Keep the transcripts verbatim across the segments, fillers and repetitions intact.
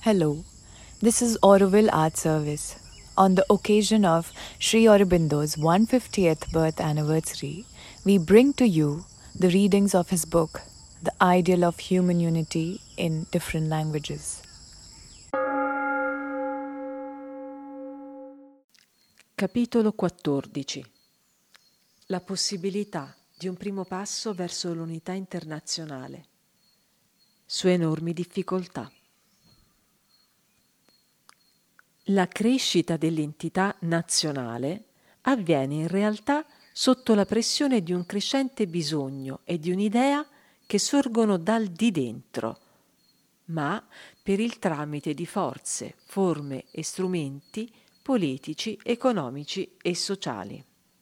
Hello, this is Auroville Art Service. On the occasion of Sri Aurobindo's one hundred fiftieth birth anniversary, we bring to you the readings of his book, The Ideal of Human Unity in Different Languages. Capitolo quattordici. La possibilità di un primo passo verso l'unità internazionale. Su enormi difficoltà. La crescita dell'entità nazionale avviene in realtà sotto la pressione di un crescente bisogno e di un'idea che sorgono dal di dentro, ma per il tramite di forze, forme e strumenti politici, economici e sociali.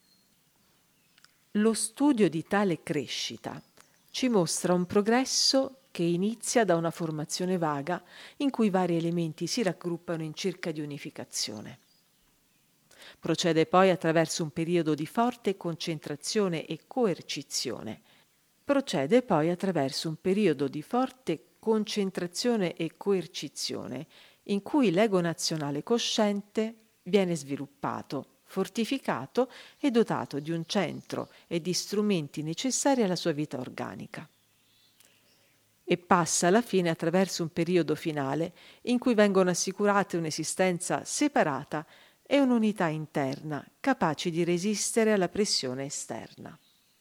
Lo studio di tale crescita ci mostra un progresso che inizia da una formazione vaga in cui vari elementi si raggruppano in cerca di unificazione. Procede poi attraverso un periodo di forte concentrazione e coercizione. Procede poi attraverso un periodo di forte concentrazione e coercizione in cui l'ego nazionale cosciente viene sviluppato, fortificato e dotato di un centro e di strumenti necessari alla sua vita organica. E passa alla fine attraverso un periodo finale in cui vengono assicurate un'esistenza separata e un'unità interna capaci di resistere alla pressione esterna.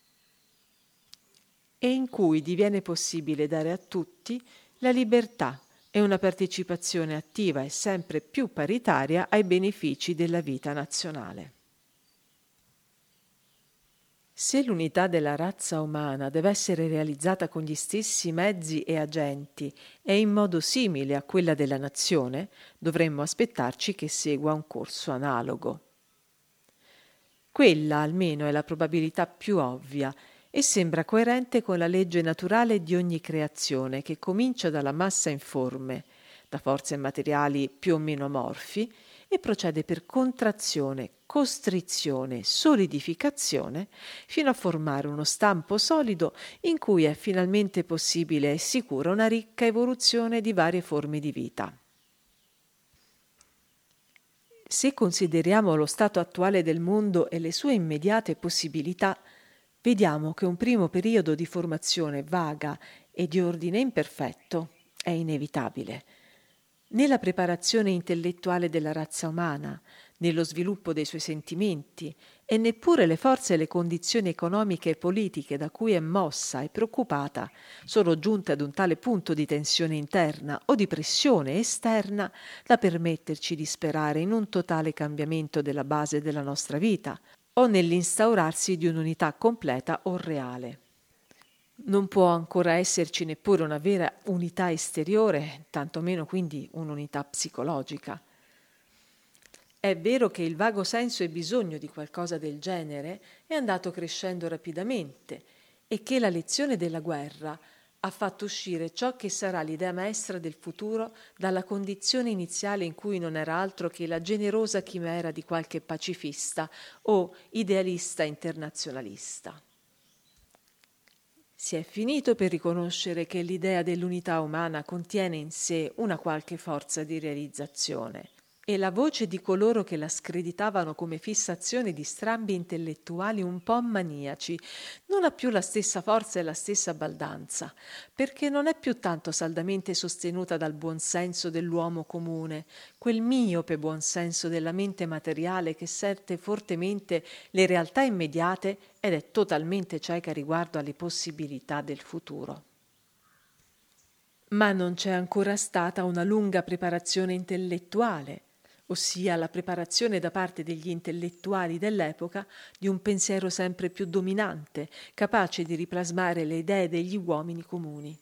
E in cui diviene possibile dare a tutti la libertà e una partecipazione attiva e sempre più paritaria ai benefici della vita nazionale. Se l'unità della razza umana deve essere realizzata con gli stessi mezzi e agenti e in modo simile a quella della nazione, dovremmo aspettarci che segua un corso analogo. Quella almeno è la probabilità più ovvia e sembra coerente con la legge naturale di ogni creazione che comincia dalla massa informe, da forze materiali più o meno amorfi, e procede per contrazione, costrizione, solidificazione, fino a formare uno stampo solido in cui è finalmente possibile e sicura una ricca evoluzione di varie forme di vita. Se consideriamo lo stato attuale del mondo e le sue immediate possibilità, vediamo che un primo periodo di formazione vaga e di ordine imperfetto è inevitabile. Nella preparazione intellettuale della razza umana, nello sviluppo dei suoi sentimenti e neppure le forze e le condizioni economiche e politiche da cui è mossa e preoccupata sono giunte ad un tale punto di tensione interna o di pressione esterna da permetterci di sperare in un totale cambiamento della base della nostra vita o nell'instaurarsi di un'unità completa o reale. Non può ancora esserci neppure una vera unità esteriore, tantomeno quindi un'unità psicologica. È vero che il vago senso e bisogno di qualcosa del genere è andato crescendo rapidamente e che la lezione della guerra ha fatto uscire ciò che sarà l'idea maestra del futuro dalla condizione iniziale in cui non era altro che la generosa chimera di qualche pacifista o idealista internazionalista. Si è finito per riconoscere che l'idea dell'unità umana contiene in sé una qualche forza di realizzazione e la voce di coloro che la screditavano come fissazione di strambi intellettuali un po' maniaci non ha più la stessa forza e la stessa baldanza, perché non è più tanto saldamente sostenuta dal buonsenso dell'uomo comune, quel miope buonsenso della mente materiale che sente fortemente le realtà immediate ed è totalmente cieca riguardo alle possibilità del futuro. Ma non c'è ancora stata una lunga preparazione intellettuale, ossia la preparazione da parte degli intellettuali dell'epoca di un pensiero sempre più dominante, capace di riplasmare le idee degli uomini comuni.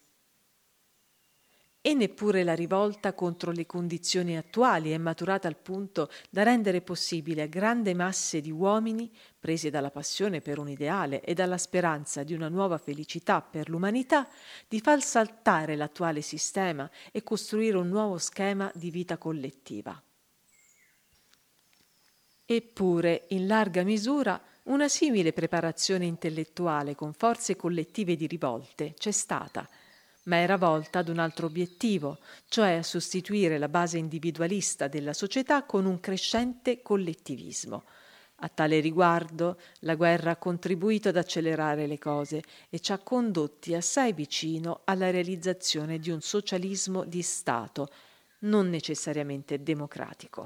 E neppure la rivolta contro le condizioni attuali è maturata al punto da rendere possibile a grandi masse di uomini, presi dalla passione per un ideale e dalla speranza di una nuova felicità per l'umanità, di far saltare l'attuale sistema e costruire un nuovo schema di vita collettiva. Eppure, in larga misura, una simile preparazione intellettuale con forze collettive di rivolte c'è stata, ma era volta ad un altro obiettivo, cioè a sostituire la base individualista della società con un crescente collettivismo. A tale riguardo, la guerra ha contribuito ad accelerare le cose e ci ha condotti assai vicino alla realizzazione di un socialismo di Stato, non necessariamente democratico.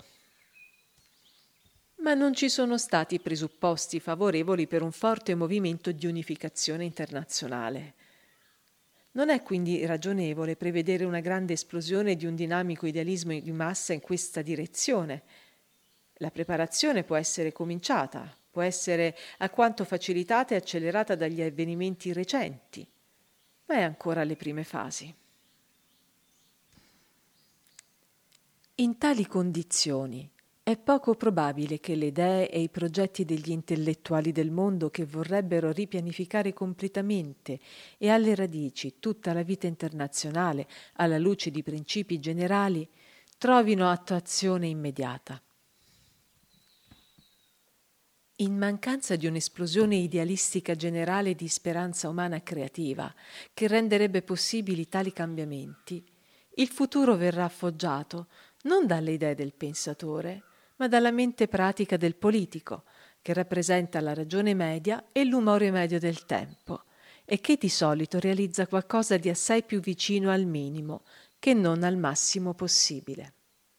Ma non ci sono stati presupposti favorevoli per un forte movimento di unificazione internazionale. Non è quindi ragionevole prevedere una grande esplosione di un dinamico idealismo di massa in questa direzione. La preparazione può essere cominciata, può essere alquanto facilitata e accelerata dagli avvenimenti recenti, ma è ancora alle prime fasi. In tali condizioni è poco probabile che le idee e i progetti degli intellettuali del mondo che vorrebbero ripianificare completamente e alle radici tutta la vita internazionale alla luce di principi generali trovino attuazione immediata. In mancanza di un'esplosione idealistica generale di speranza umana creativa che renderebbe possibili tali cambiamenti, il futuro verrà affoggiato non dalle idee del pensatore, ma dalla mente pratica del politico, che rappresenta la ragione media e l'umore medio del tempo, e che di solito realizza qualcosa di assai più vicino al minimo che non al massimo possibile.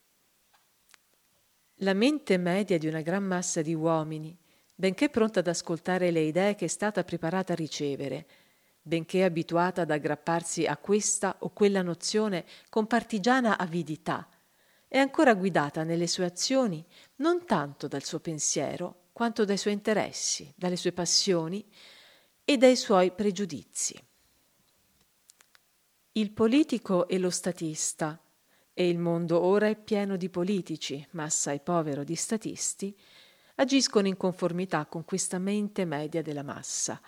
La mente media di una gran massa di uomini, benché pronta ad ascoltare le idee che è stata preparata a ricevere, benché abituata ad aggrapparsi a questa o quella nozione con partigiana avidità, è ancora guidata nelle sue azioni non tanto dal suo pensiero, quanto dai suoi interessi, dalle sue passioni e dai suoi pregiudizi. Il politico e lo statista, e il mondo ora è pieno di politici, ma assai povero di statisti, agiscono in conformità con questa mente media della massa.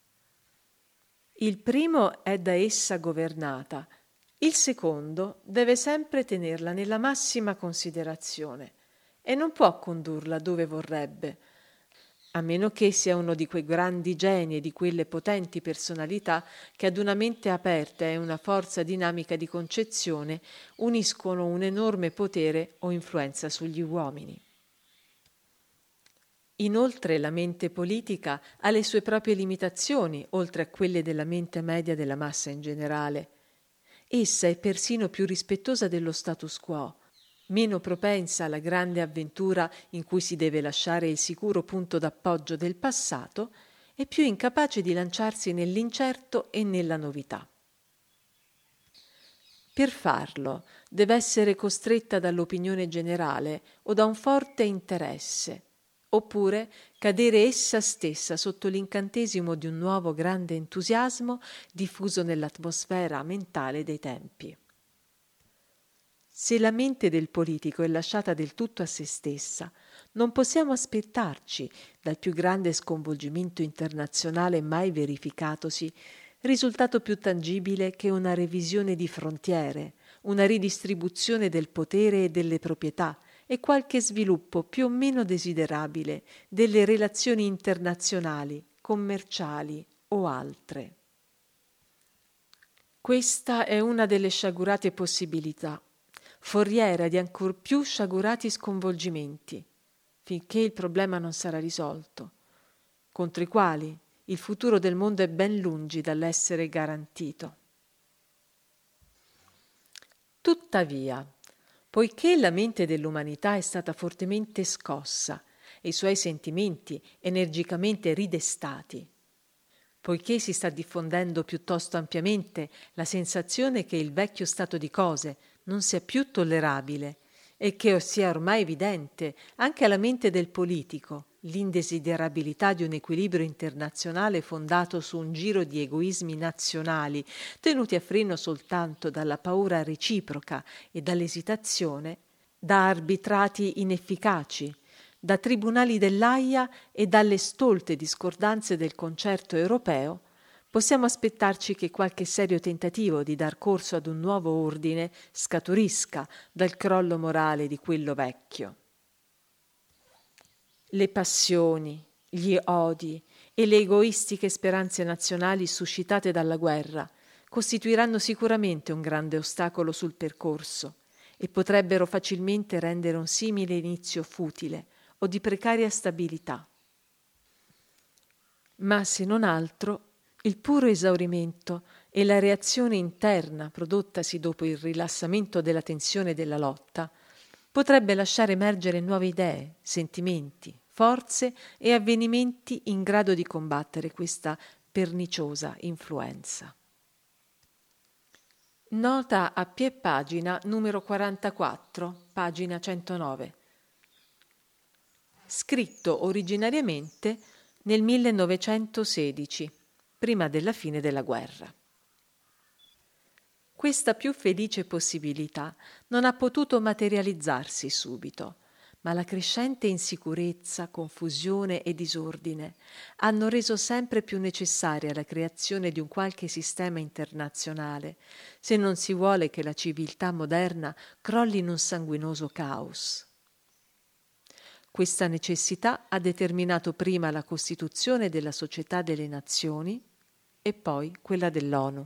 Il primo è da essa governata, il secondo deve sempre tenerla nella massima considerazione e non può condurla dove vorrebbe, a meno che sia uno di quei grandi geni e di quelle potenti personalità che ad una mente aperta e una forza dinamica di concezione uniscono un enorme potere o influenza sugli uomini. Inoltre la mente politica ha le sue proprie limitazioni, oltre a quelle della mente media della massa in generale. Essa è persino più rispettosa dello status quo, meno propensa alla grande avventura in cui si deve lasciare il sicuro punto d'appoggio del passato e più incapace di lanciarsi nell'incerto e nella novità. Per farlo deve essere costretta dall'opinione generale o da un forte interesse, oppure cadere essa stessa sotto l'incantesimo di un nuovo grande entusiasmo diffuso nell'atmosfera mentale dei tempi. Se la mente del politico è lasciata del tutto a se stessa, non possiamo aspettarci, dal più grande sconvolgimento internazionale mai verificatosi, risultato più tangibile che una revisione di frontiere, una ridistribuzione del potere e delle proprietà, e qualche sviluppo più o meno desiderabile delle relazioni internazionali, commerciali o altre. Questa è una delle sciagurate possibilità, foriera di ancor più sciagurati sconvolgimenti, finché il problema non sarà risolto, contro i quali il futuro del mondo è ben lungi dall'essere garantito. Tuttavia, poiché la mente dell'umanità è stata fortemente scossa e i suoi sentimenti energicamente ridestati, poiché si sta diffondendo piuttosto ampiamente la sensazione che il vecchio stato di cose non sia più tollerabile e che sia ormai evidente anche alla mente del politico l'indesiderabilità di un equilibrio internazionale fondato su un giro di egoismi nazionali, tenuti a freno soltanto dalla paura reciproca e dall'esitazione, da arbitrati inefficaci, da tribunali dell'Aia e dalle stolte discordanze del concerto europeo, possiamo aspettarci che qualche serio tentativo di dar corso ad un nuovo ordine scaturisca dal crollo morale di quello vecchio. Le passioni, gli odi e le egoistiche speranze nazionali suscitate dalla guerra costituiranno sicuramente un grande ostacolo sul percorso e potrebbero facilmente rendere un simile inizio futile o di precaria stabilità. Ma se non altro, il puro esaurimento e la reazione interna prodottasi dopo il rilassamento della tensione della lotta potrebbe lasciare emergere nuove idee, sentimenti, forze e avvenimenti in grado di combattere questa perniciosa influenza. Nota a piè pagina numero quarantaquattro, pagina centonove. Scritto originariamente nel millenovecentosedici, prima della fine della guerra. Questa più felice possibilità non ha potuto materializzarsi subito, ma la crescente insicurezza, confusione e disordine hanno reso sempre più necessaria la creazione di un qualche sistema internazionale, se non si vuole che la civiltà moderna crolli in un sanguinoso caos. Questa necessità ha determinato prima la costituzione della Società delle Nazioni e poi quella dell'ONU.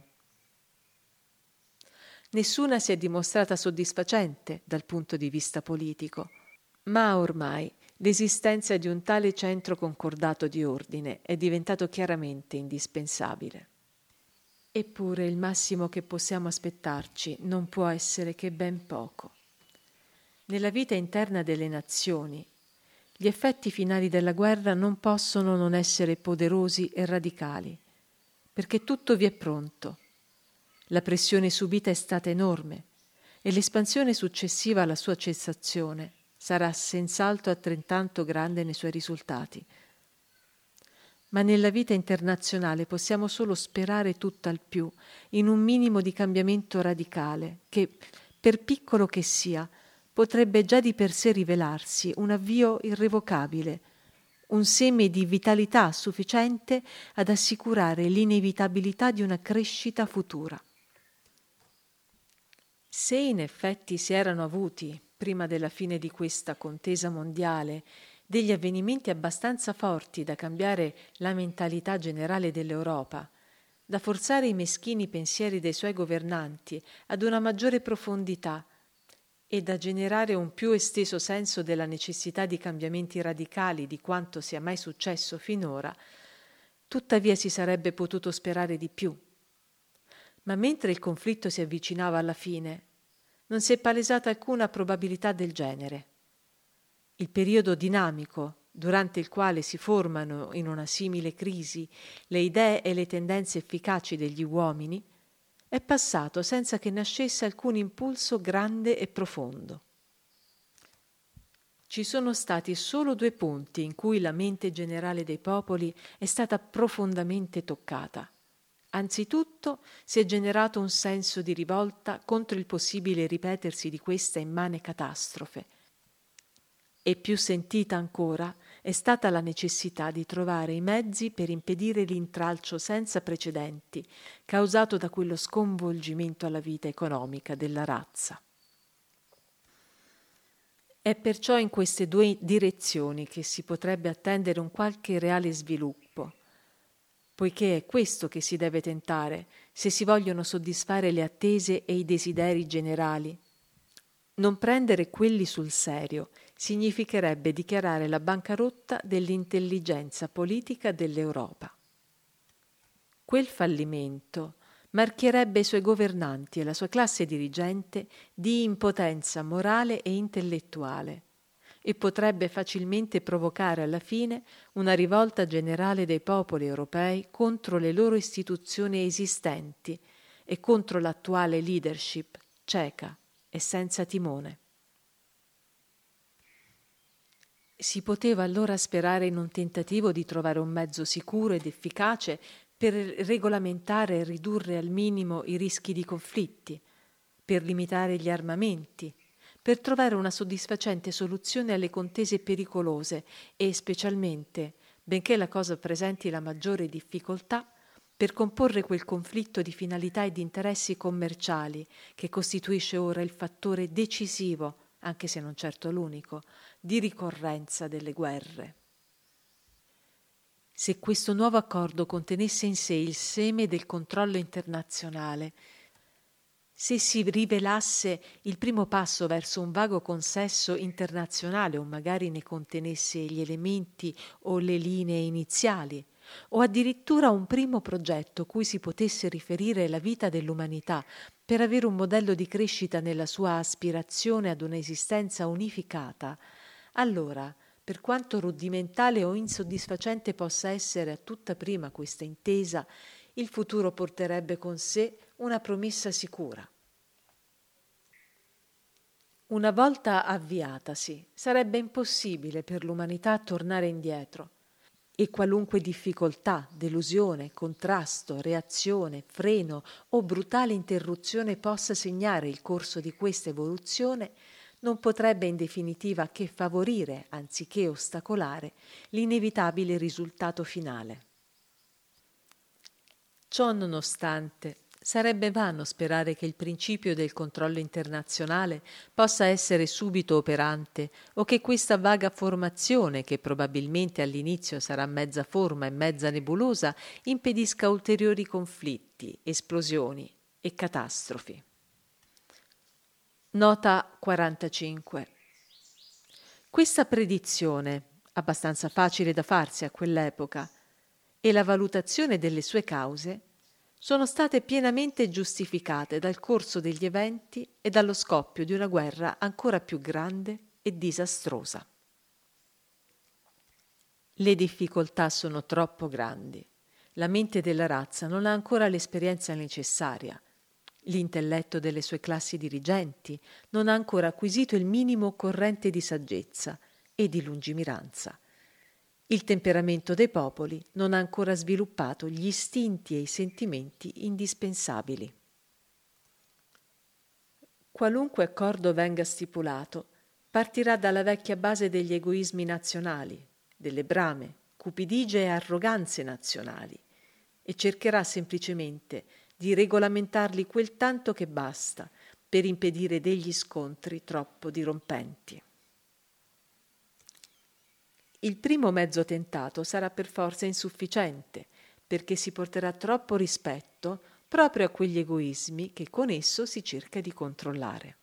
Nessuna si è dimostrata soddisfacente dal punto di vista politico, ma ormai l'esistenza di un tale centro concordato di ordine è diventato chiaramente indispensabile. Eppure il massimo che possiamo aspettarci non può essere che ben poco. Nella vita interna delle nazioni, gli effetti finali della guerra non possono non essere poderosi e radicali, perché tutto vi è pronto. La pressione subita è stata enorme e l'espansione successiva alla sua cessazione sarà senz'altro altrettanto grande nei suoi risultati. Ma nella vita internazionale possiamo solo sperare tutt'al più in un minimo di cambiamento radicale che, per piccolo che sia, potrebbe già di per sé rivelarsi un avvio irrevocabile, un seme di vitalità sufficiente ad assicurare l'inevitabilità di una crescita futura. Se in effetti si erano avuti, prima della fine di questa contesa mondiale, degli avvenimenti abbastanza forti da cambiare la mentalità generale dell'Europa, da forzare i meschini pensieri dei suoi governanti ad una maggiore profondità e da generare un più esteso senso della necessità di cambiamenti radicali di quanto sia mai successo finora, tuttavia si sarebbe potuto sperare di più. Ma mentre il conflitto si avvicinava alla fine, non si è palesata alcuna probabilità del genere. Il periodo dinamico, durante il quale si formano in una simile crisi le idee e le tendenze efficaci degli uomini, è passato senza che nascesse alcun impulso grande e profondo. Ci sono stati solo due punti in cui la mente generale dei popoli è stata profondamente toccata. Anzitutto si è generato un senso di rivolta contro il possibile ripetersi di questa immane catastrofe, e più sentita ancora è stata la necessità di trovare i mezzi per impedire l'intralcio senza precedenti causato da quello sconvolgimento alla vita economica della razza. È perciò in queste due direzioni che si potrebbe attendere un qualche reale sviluppo, poiché è questo che si deve tentare se si vogliono soddisfare le attese e i desideri generali. Non prendere quelli sul serio significherebbe dichiarare la bancarotta dell'intelligenza politica dell'Europa. Quel fallimento marchierebbe i suoi governanti e la sua classe dirigente di impotenza morale e intellettuale e potrebbe facilmente provocare alla fine una rivolta generale dei popoli europei contro le loro istituzioni esistenti e contro l'attuale leadership cieca e senza timone. Si poteva allora sperare in un tentativo di trovare un mezzo sicuro ed efficace per regolamentare e ridurre al minimo i rischi di conflitti, per limitare gli armamenti, per trovare una soddisfacente soluzione alle contese pericolose e specialmente, benché la cosa presenti la maggiore difficoltà, per comporre quel conflitto di finalità e di interessi commerciali che costituisce ora il fattore decisivo, anche se non certo l'unico, di ricorrenza delle guerre. Se questo nuovo accordo contenesse in sé il seme del controllo internazionale, se si rivelasse il primo passo verso un vago consesso internazionale o magari ne contenesse gli elementi o le linee iniziali, o addirittura un primo progetto cui si potesse riferire la vita dell'umanità per avere un modello di crescita nella sua aspirazione ad un'esistenza unificata, allora, per quanto rudimentale o insoddisfacente possa essere a tutta prima questa intesa, il futuro porterebbe con sé una promessa sicura. Una volta avviatasi, sarebbe impossibile per l'umanità tornare indietro e qualunque difficoltà, delusione, contrasto, reazione, freno o brutale interruzione possa segnare il corso di questa evoluzione, non potrebbe in definitiva che favorire, anziché ostacolare, l'inevitabile risultato finale. Ciò nonostante, sarebbe vano sperare che il principio del controllo internazionale possa essere subito operante o che questa vaga formazione, che probabilmente all'inizio sarà mezza forma e mezza nebulosa, impedisca ulteriori conflitti, esplosioni e catastrofi. Nota quarantacinque. Questa predizione, abbastanza facile da farsi a quell'epoca, e la valutazione delle sue cause sono state pienamente giustificate dal corso degli eventi e dallo scoppio di una guerra ancora più grande e disastrosa. Le difficoltà sono troppo grandi. La mente della razza non ha ancora l'esperienza necessaria. L'intelletto delle sue classi dirigenti non ha ancora acquisito il minimo occorrente di saggezza e di lungimiranza. Il temperamento dei popoli non ha ancora sviluppato gli istinti e i sentimenti indispensabili. Qualunque accordo venga stipulato, partirà dalla vecchia base degli egoismi nazionali, delle brame, cupidigie e arroganze nazionali, e cercherà semplicemente di regolamentarli quel tanto che basta per impedire degli scontri troppo dirompenti. Il primo mezzo tentato sarà per forza insufficiente, perché si porterà troppo rispetto proprio a quegli egoismi che con esso si cerca di controllare.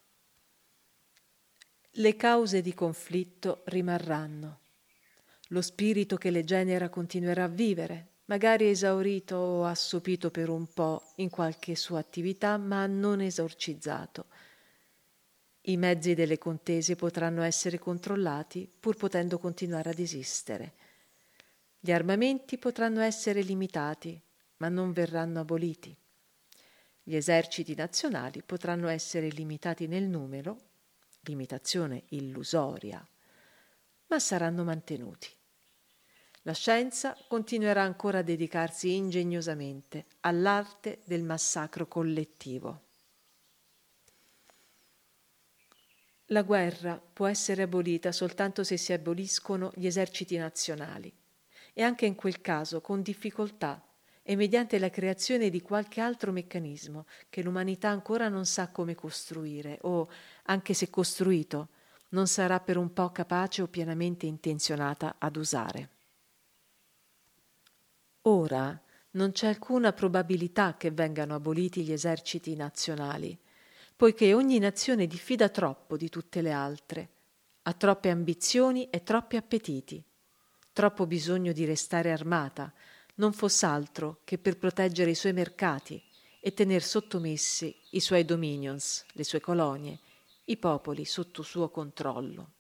Le cause di conflitto rimarranno. Lo spirito che le genera continuerà a vivere, magari esaurito o assopito per un po' in qualche sua attività, ma non esorcizzato. I mezzi delle contese potranno essere controllati pur potendo continuare ad esistere. Gli armamenti potranno essere limitati, ma non verranno aboliti. Gli eserciti nazionali potranno essere limitati nel numero, limitazione illusoria, ma saranno mantenuti. La scienza continuerà ancora a dedicarsi ingegnosamente all'arte del massacro collettivo. La guerra può essere abolita soltanto se si aboliscono gli eserciti nazionali, e anche in quel caso con difficoltà e mediante la creazione di qualche altro meccanismo che l'umanità ancora non sa come costruire o, anche se costruito, non sarà per un po' capace o pienamente intenzionata ad usare. Ora non c'è alcuna probabilità che vengano aboliti gli eserciti nazionali, poiché ogni nazione diffida troppo di tutte le altre, ha troppe ambizioni e troppi appetiti, troppo bisogno di restare armata, non foss'altro che per proteggere i suoi mercati e tener sottomessi i suoi dominions, le sue colonie, i popoli sotto suo controllo.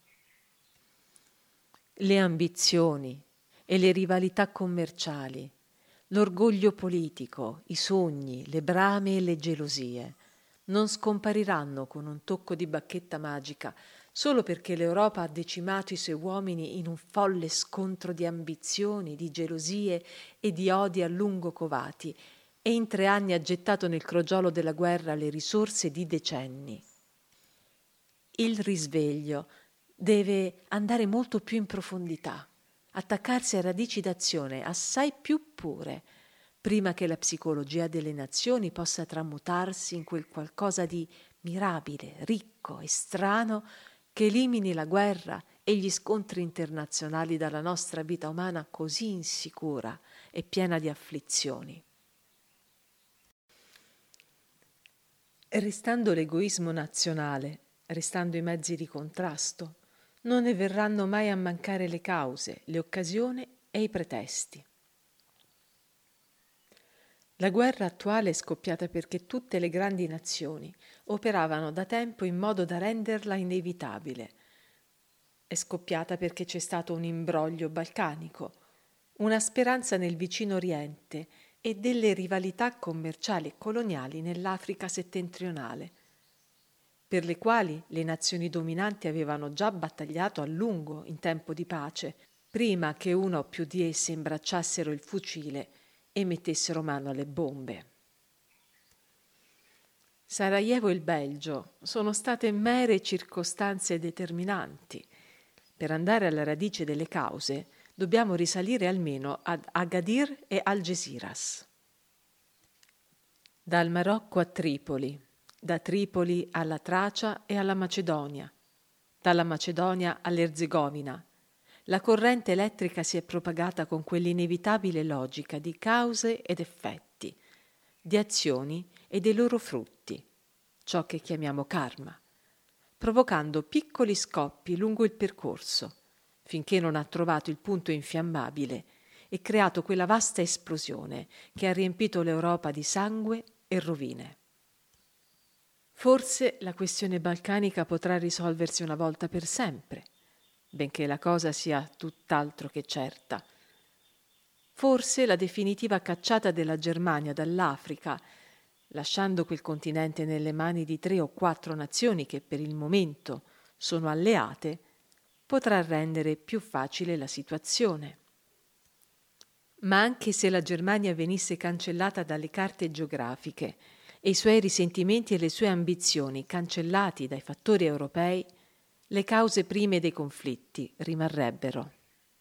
Le ambizioni e le rivalità commerciali, l'orgoglio politico, i sogni, le brame e le gelosie non scompariranno con un tocco di bacchetta magica solo perché l'Europa ha decimato i suoi uomini in un folle scontro di ambizioni, di gelosie e di odi a lungo covati e in tre anni ha gettato nel crogiolo della guerra le risorse di decenni. Il risveglio deve andare molto più in profondità, attaccarsi a radici d'azione assai più pure, prima che la psicologia delle nazioni possa tramutarsi in quel qualcosa di mirabile, ricco e strano che elimini la guerra e gli scontri internazionali dalla nostra vita umana così insicura e piena di afflizioni. Restando l'egoismo nazionale, restando i mezzi di contrasto, non ne verranno mai a mancare le cause, le occasioni e i pretesti. La guerra attuale è scoppiata perché tutte le grandi nazioni operavano da tempo in modo da renderla inevitabile. È scoppiata perché c'è stato un imbroglio balcanico, una speranza nel vicino Oriente e delle rivalità commerciali e coloniali nell'Africa settentrionale, per le quali le nazioni dominanti avevano già battagliato a lungo in tempo di pace, prima che una o più di esse imbracciassero il fucile e mettessero mano alle bombe. Sarajevo e il Belgio sono state mere circostanze determinanti. Per andare alla radice delle cause dobbiamo risalire almeno ad Agadir e Algeciras. Dal Marocco a Tripoli, da Tripoli alla Tracia e alla Macedonia, dalla Macedonia all'Erzegovina, la corrente elettrica si è propagata con quell'inevitabile logica di cause ed effetti, di azioni e dei loro frutti, ciò che chiamiamo karma, provocando piccoli scoppi lungo il percorso, finché non ha trovato il punto infiammabile e creato quella vasta esplosione che ha riempito l'Europa di sangue e rovine. Forse la questione balcanica potrà risolversi una volta per sempre, benché la cosa sia tutt'altro che certa. Forse la definitiva cacciata della Germania dall'Africa, lasciando quel continente nelle mani di tre o quattro nazioni che per il momento sono alleate, potrà rendere più facile la situazione. Ma anche se la Germania venisse cancellata dalle carte geografiche e i suoi risentimenti e le sue ambizioni cancellati dai fattori europei, le cause prime dei conflitti rimarrebbero.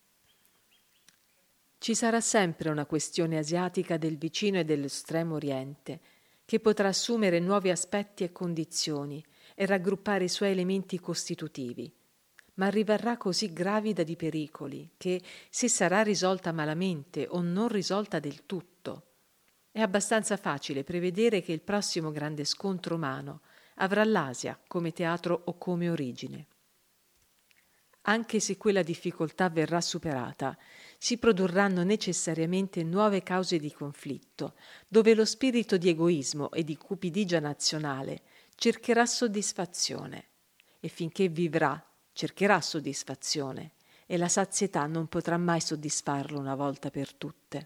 Ci sarà sempre una questione asiatica del vicino e dell'estremo oriente, che potrà assumere nuovi aspetti e condizioni e raggruppare i suoi elementi costitutivi, ma rimarrà così gravida di pericoli che, se sarà risolta malamente o non risolta del tutto, è abbastanza facile prevedere che il prossimo grande scontro umano avrà l'Asia come teatro o come origine. Anche se quella difficoltà verrà superata, si produrranno necessariamente nuove cause di conflitto, dove lo spirito di egoismo e di cupidigia nazionale cercherà soddisfazione, e finché vivrà cercherà soddisfazione, e la sazietà non potrà mai soddisfarlo una volta per tutte.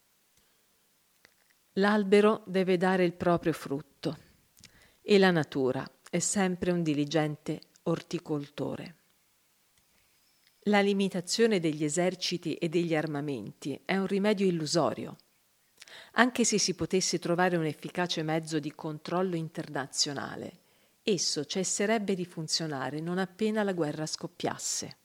L'albero deve dare il proprio frutto, e la natura è sempre un diligente orticoltore. La limitazione degli eserciti e degli armamenti è un rimedio illusorio. Anche se si potesse trovare un efficace mezzo di controllo internazionale, esso cesserebbe di funzionare non appena la guerra scoppiasse.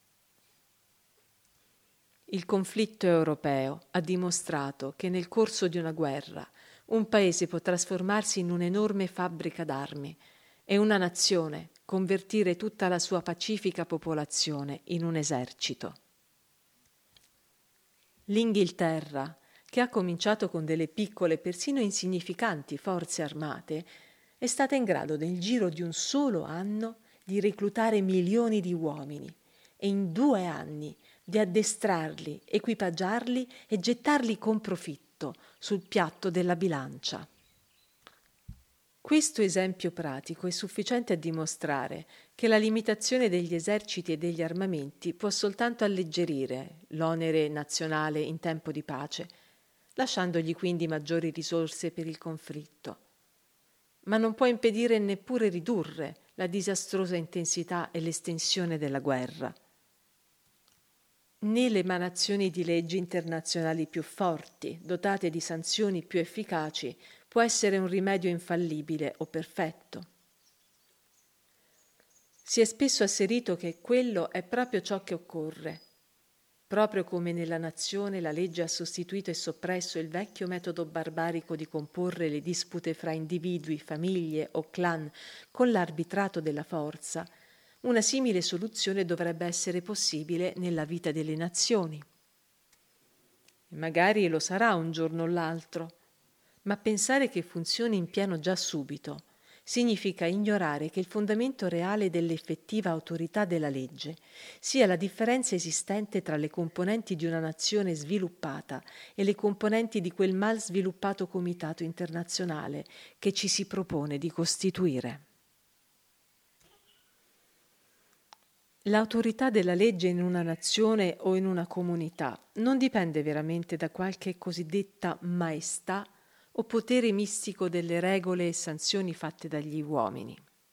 Il conflitto europeo ha dimostrato che nel corso di una guerra un paese può trasformarsi in un'enorme fabbrica d'armi e una nazione convertire tutta la sua pacifica popolazione in un esercito. L'Inghilterra, che ha cominciato con delle piccole, persino insignificanti forze armate, è stata in grado nel giro di un solo anno di reclutare milioni di uomini e in due anni di addestrarli, equipaggiarli e gettarli con profitto sul piatto della bilancia. Questo esempio pratico è sufficiente a dimostrare che la limitazione degli eserciti e degli armamenti può soltanto alleggerire l'onere nazionale in tempo di pace, lasciandogli quindi maggiori risorse per il conflitto, ma non può impedire neppure ridurre la disastrosa intensità e l'estensione della guerra. Né le emanazioni di leggi internazionali più forti, dotate di sanzioni più efficaci, può essere un rimedio infallibile o perfetto. Si è spesso asserito che quello è proprio ciò che occorre. Proprio come nella nazione la legge ha sostituito e soppresso il vecchio metodo barbarico di comporre le dispute fra individui, famiglie o clan con l'arbitrato della forza, Una simile soluzione dovrebbe essere possibile nella vita delle nazioni. E magari lo sarà un giorno o l'altro, ma pensare che funzioni in pieno già subito significa ignorare che il fondamento reale dell'effettiva autorità della legge sia la differenza esistente tra le componenti di una nazione sviluppata e le componenti di quel mal sviluppato comitato internazionale che ci si propone di costituire. L'autorità della legge in una nazione o in una comunità non dipende veramente da qualche cosiddetta maestà o potere mistico delle regole e sanzioni fatte dagli uomini.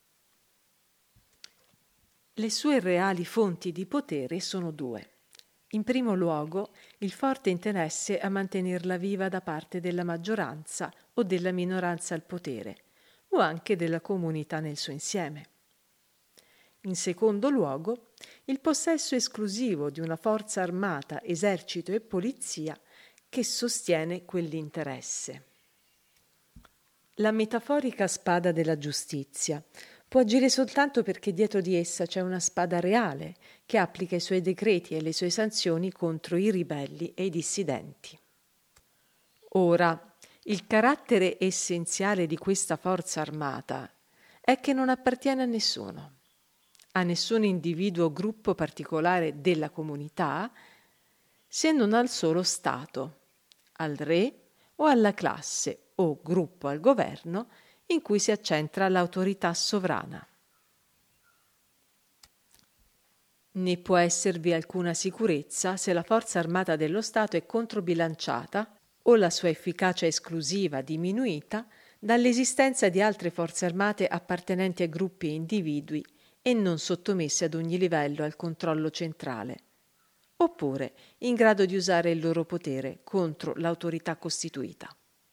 Le sue reali fonti di potere sono due. In primo luogo, il forte interesse a mantenerla viva da parte della maggioranza o della minoranza al potere, o anche della comunità nel suo insieme. In secondo luogo, il possesso esclusivo di una forza armata, esercito e polizia che sostiene quell'interesse. La metaforica spada della giustizia può agire soltanto perché dietro di essa c'è una spada reale che applica i suoi decreti e le sue sanzioni contro i ribelli e i dissidenti. Ora, il carattere essenziale di questa forza armata è che non appartiene a nessuno, a nessun individuo o gruppo particolare della comunità, se non al solo Stato, al re o alla classe o gruppo al governo in cui si accentra l'autorità sovrana. Né può esservi alcuna sicurezza se la forza armata dello Stato è controbilanciata o la sua efficacia esclusiva diminuita dall'esistenza di altre forze armate appartenenti a gruppi e individui e non sottomesse ad ogni livello al controllo centrale, oppure in grado di usare il loro potere contro l'autorità costituita.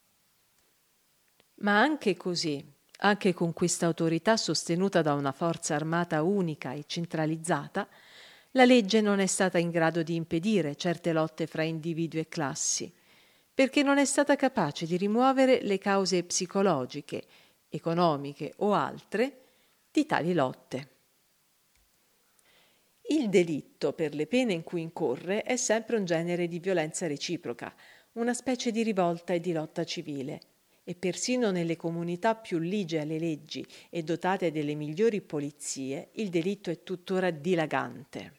Ma anche così, anche con questa autorità sostenuta da una forza armata unica e centralizzata, la legge non è stata in grado di impedire certe lotte fra individui e classi, perché non è stata capace di rimuovere le cause psicologiche, economiche o altre di tali lotte. Il delitto, per le pene in cui incorre, è sempre un genere di violenza reciproca, una specie di rivolta e di lotta civile, e persino nelle comunità più ligie alle leggi e dotate delle migliori polizie, il delitto è tuttora dilagante.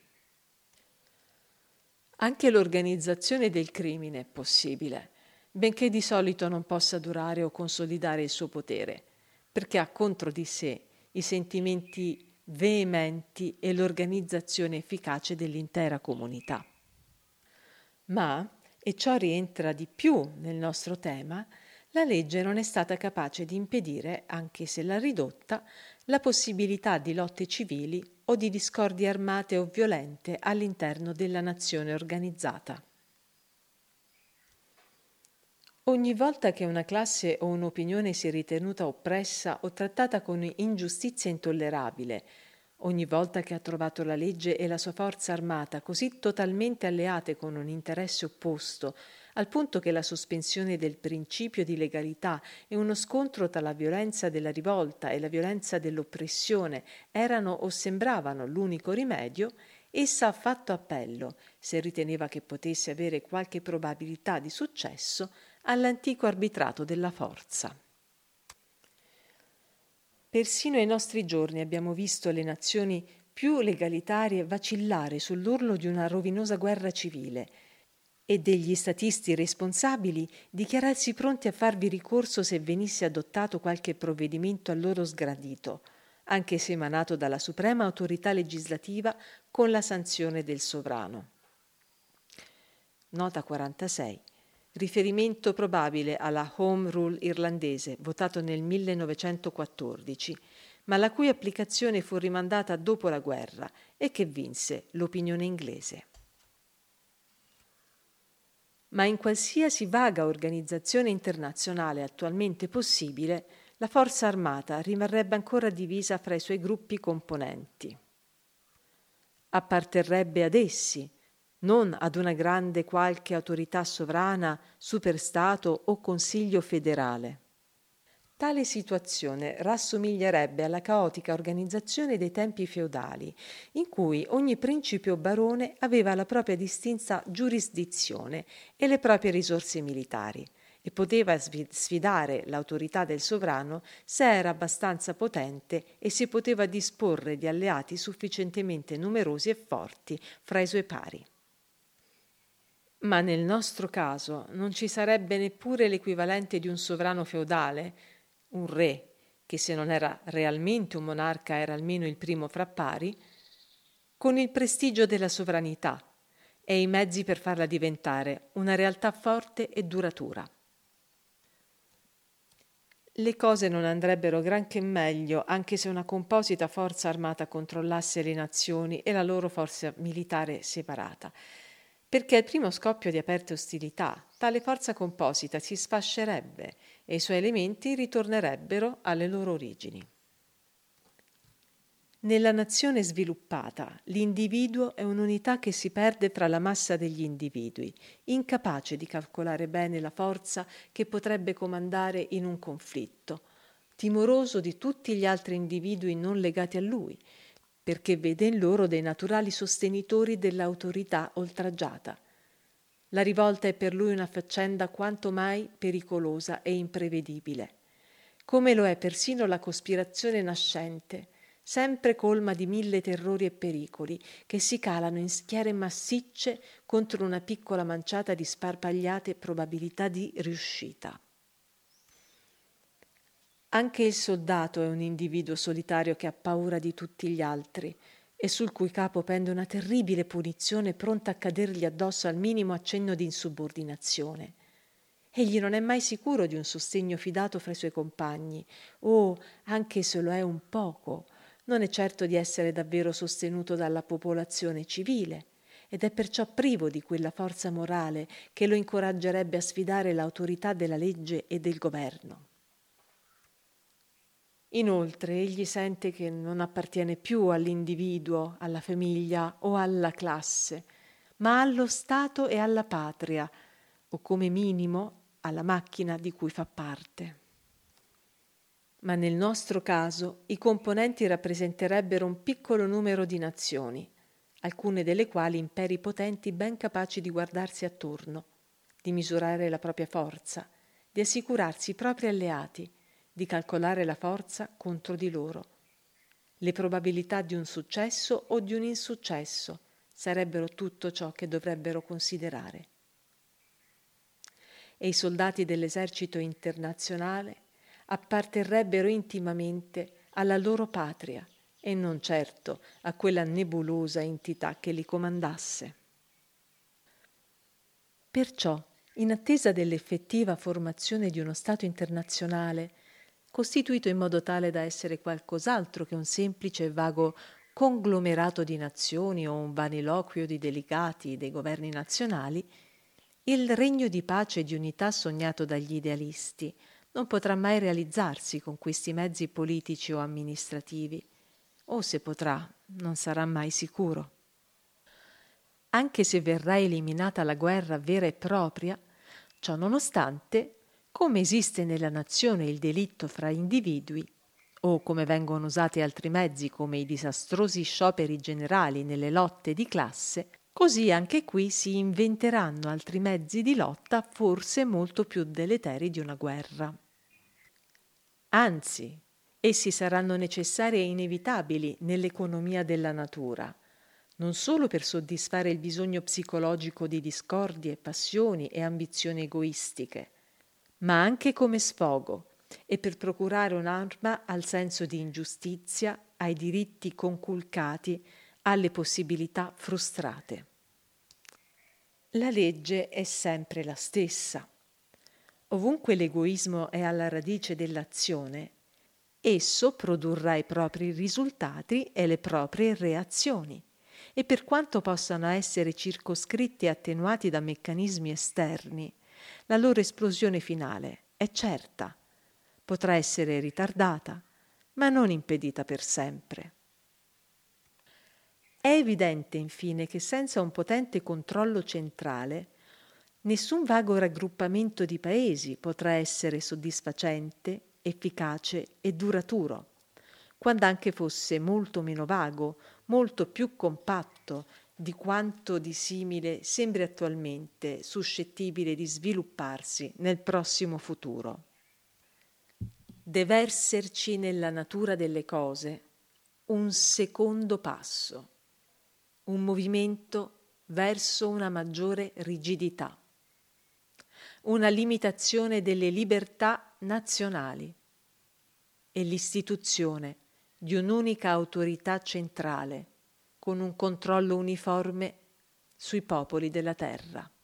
Anche l'organizzazione del crimine è possibile, benché di solito non possa durare o consolidare il suo potere, perché ha contro di sé i sentimenti veementi e l'organizzazione efficace dell'intera comunità. Ma, e ciò rientra di più nel nostro tema, la legge non è stata capace di impedire, anche se l'ha ridotta, la possibilità di lotte civili o di discordie armate o violente all'interno della nazione organizzata. Ogni volta che una classe o un'opinione si è ritenuta oppressa o trattata con ingiustizia intollerabile, ogni volta che ha trovato la legge e la sua forza armata così totalmente alleate con un interesse opposto, al punto che la sospensione del principio di legalità e uno scontro tra la violenza della rivolta e la violenza dell'oppressione erano o sembravano l'unico rimedio, essa ha fatto appello, se riteneva che potesse avere qualche probabilità di successo, all'antico arbitrato della forza. Persino ai nostri giorni abbiamo visto le nazioni più legalitarie vacillare sull'orlo di una rovinosa guerra civile e degli statisti responsabili dichiararsi pronti a farvi ricorso se venisse adottato qualche provvedimento a loro sgradito, anche se emanato dalla suprema autorità legislativa con la sanzione del sovrano. Nota quarantasei. Riferimento probabile alla Home Rule irlandese, votato nel millenovecentoquattordici, ma la cui applicazione fu rimandata dopo la guerra e che vinse l'opinione inglese. Ma in qualsiasi vaga organizzazione internazionale attualmente possibile, la forza armata rimarrebbe ancora divisa fra i suoi gruppi componenti. Apparterrebbe ad essi, non ad una grande qualche autorità sovrana, superstato o consiglio federale. Tale situazione rassomiglierebbe alla caotica organizzazione dei tempi feudali, in cui ogni principe o barone aveva la propria distinta giurisdizione e le proprie risorse militari, e poteva sfidare l'autorità del sovrano se era abbastanza potente e si poteva disporre di alleati sufficientemente numerosi e forti fra i suoi pari. Ma nel nostro caso non ci sarebbe neppure l'equivalente di un sovrano feudale, un re, che se non era realmente un monarca era almeno il primo fra pari, con il prestigio della sovranità e i mezzi per farla diventare una realtà forte e duratura. Le cose non andrebbero granché meglio anche se una composita forza armata controllasse le nazioni e la loro forza militare separata, perché al primo scoppio di aperte ostilità tale forza composita si sfascerebbe e i suoi elementi ritornerebbero alle loro origini. Nella nazione sviluppata, l'individuo è un'unità che si perde fra la massa degli individui, incapace di calcolare bene la forza che potrebbe comandare in un conflitto, timoroso di tutti gli altri individui non legati a lui, perché vede in loro dei naturali sostenitori dell'autorità oltraggiata. La rivolta è per lui una faccenda quanto mai pericolosa e imprevedibile, come lo è persino la cospirazione nascente, sempre colma di mille terrori e pericoli che si calano in schiere massicce contro una piccola manciata di sparpagliate probabilità di riuscita. Anche il soldato è un individuo solitario che ha paura di tutti gli altri e sul cui capo pende una terribile punizione pronta a cadergli addosso al minimo accenno di insubordinazione. Egli non è mai sicuro di un sostegno fidato fra i suoi compagni, o, anche se lo è un poco, non è certo di essere davvero sostenuto dalla popolazione civile ed è perciò privo di quella forza morale che lo incoraggerebbe a sfidare l'autorità della legge e del governo. Inoltre egli sente che non appartiene più all'individuo, alla famiglia o alla classe, ma allo Stato e alla patria, o come minimo alla macchina di cui fa parte. Ma nel nostro caso i componenti rappresenterebbero un piccolo numero di nazioni, alcune delle quali imperi potenti ben capaci di guardarsi attorno, di misurare la propria forza, di assicurarsi i propri alleati, di calcolare la forza contro di loro. Le probabilità di un successo o di un insuccesso sarebbero tutto ciò che dovrebbero considerare. E i soldati dell'esercito internazionale apparterrebbero intimamente alla loro patria e non certo a quella nebulosa entità che li comandasse. Perciò, in attesa dell'effettiva formazione di uno Stato internazionale, costituito in modo tale da essere qualcos'altro che un semplice e vago conglomerato di nazioni o un vaniloquio di delegati dei governi nazionali, il regno di pace e di unità sognato dagli idealisti non potrà mai realizzarsi con questi mezzi politici o amministrativi, o se potrà, non sarà mai sicuro. Anche se verrà eliminata la guerra vera e propria, ciò nonostante, come esiste nella nazione il delitto fra individui, o come vengono usati altri mezzi come i disastrosi scioperi generali nelle lotte di classe, così anche qui si inventeranno altri mezzi di lotta forse molto più deleteri di una guerra. Anzi, essi saranno necessari e inevitabili nell'economia della natura, non solo per soddisfare il bisogno psicologico di discordie, passioni e ambizioni egoistiche, ma anche come sfogo e per procurare un'arma al senso di ingiustizia, ai diritti conculcati, alle possibilità frustrate. La legge è sempre la stessa. Ovunque l'egoismo è alla radice dell'azione, esso produrrà i propri risultati e le proprie reazioni, e per quanto possano essere circoscritti e attenuati da meccanismi esterni, la loro esplosione finale è certa, potrà essere ritardata, ma non impedita per sempre. È evidente, infine, che senza un potente controllo centrale, nessun vago raggruppamento di paesi potrà essere soddisfacente efficace e duraturo, quando anche fosse molto meno vago, molto più compatto di quanto di simile sembri attualmente suscettibile di svilupparsi nel prossimo futuro. Deve esserci nella natura delle cose un secondo passo, un movimento verso una maggiore rigidità, una limitazione delle libertà nazionali e l'istituzione di un'unica autorità centrale con un controllo uniforme sui popoli della terra.